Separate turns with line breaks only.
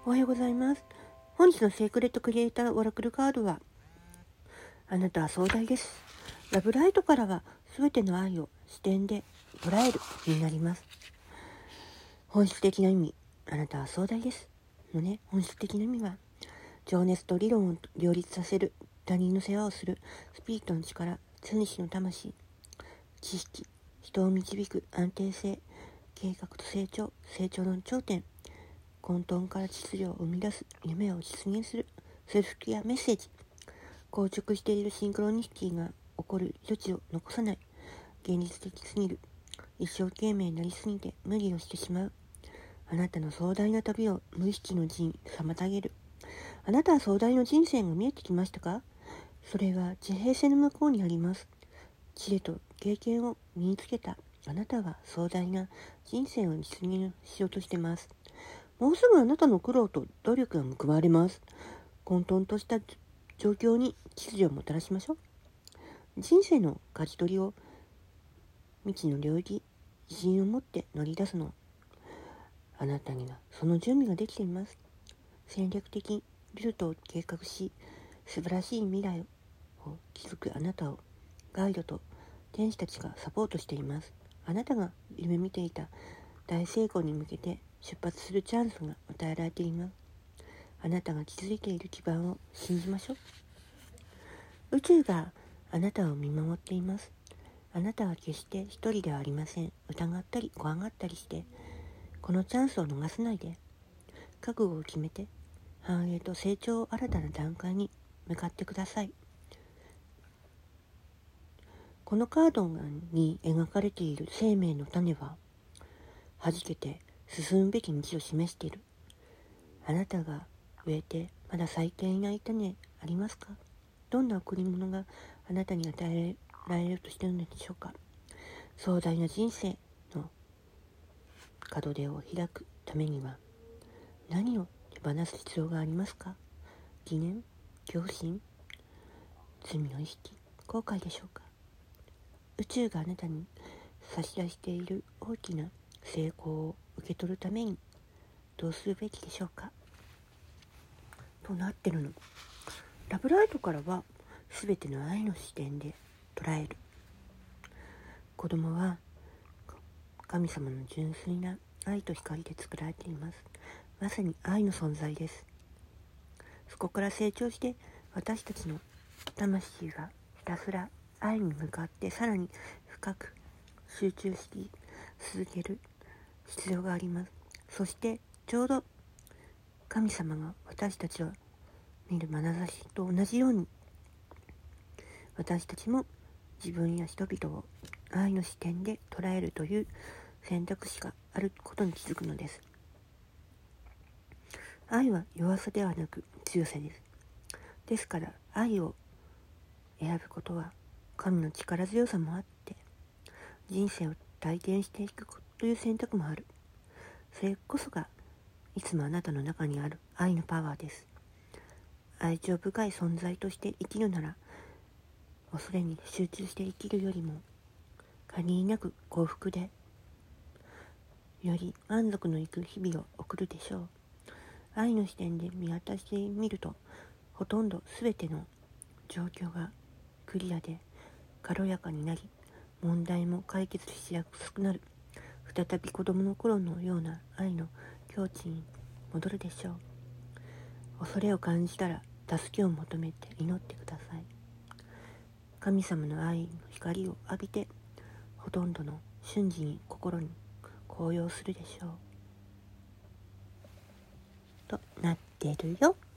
おはようございます。本日のセークレットクリエイターオラクルカードは、あなたは壮大です。ラブライトからは全ての愛を視点で捉えるになります。本質的な意味、あなたは壮大ですのね。本質的な意味は、情熱と理論を両立させる、他人の世話をするスピリットの力、常しの魂、知識、人を導く安定性、計画と成長の頂点、混沌から秩序を生み出す、夢を実現する、セルフケアメッセージ、硬直しているシンクロニシティが起こる余地を残さない、現実的すぎる、一生懸命になりすぎて無理をしてしまう、あなたの壮大な旅を無意識の陣に妨げる。あなたは壮大な人生が見えてきましたか？それは地平線の向こうにあります。知恵と経験を身につけたあなたは壮大な人生を実現しようとしています。もうすぐあなたの苦労と努力が報われます。混沌とした状況に秩序をもたらしましょう。人生の舵取りを未知の領域、自信を持って乗り出すの。あなたにはその準備ができています。戦略的ルートを計画し、素晴らしい未来を築くあなたをガイドと天使たちがサポートしています。あなたが夢見ていた大成功に向けて出発するチャンスが与えられています。あなたが築いている基盤を信じましょう。宇宙があなたを見守っています。あなたは決して一人ではありません。疑ったり怖がったりして、このチャンスを逃さないで、覚悟を決めて、繁栄と成長を新たな段階に向かってください。このカードに描かれている生命の種は、弾けて進むべき道を示している。あなたが植えてまだ咲いていない種ありますか？どんな贈り物があなたに与えられるとしているのでしょうか？壮大な人生の門出を開くためには何を手放す必要がありますか？疑念、恐怖心、罪の意識、後悔でしょうか？宇宙があなたに差し出している大きな成功を受け取るためにどうするべきでしょうか？となってるの。ラブライトからは全ての愛の視点で捉える。子供は神様の純粋な愛と光で作られています。まさに愛の存在です。そこから成長して私たちの魂がひたすら愛に向かってさらに深く集中し続ける必要があります。そしてちょうど神様が私たちを見る眼差しと同じように、私たちも自分や人々を愛の視点で捉えるという選択肢があることに気づくのです。愛は弱さではなく強さです。ですから愛を選ぶことは神の力強さもあって、人生を体験していくという選択もある。それこそがいつもあなたの中にある愛のパワーです。愛情深い存在として生きるなら、恐れに集中して生きるよりも限りなく幸福でより満足のいく日々を送るでしょう。愛の視点で見渡してみると、ほとんど全ての状況がクリアで軽やかになり、問題も解決しやすくなる。再び子供の頃のような愛の境地に戻るでしょう。恐れを感じたら助けを求めて祈ってください。神様の愛の光を浴びて、ほとんどの瞬時に心に高揚するでしょう。となってるよ。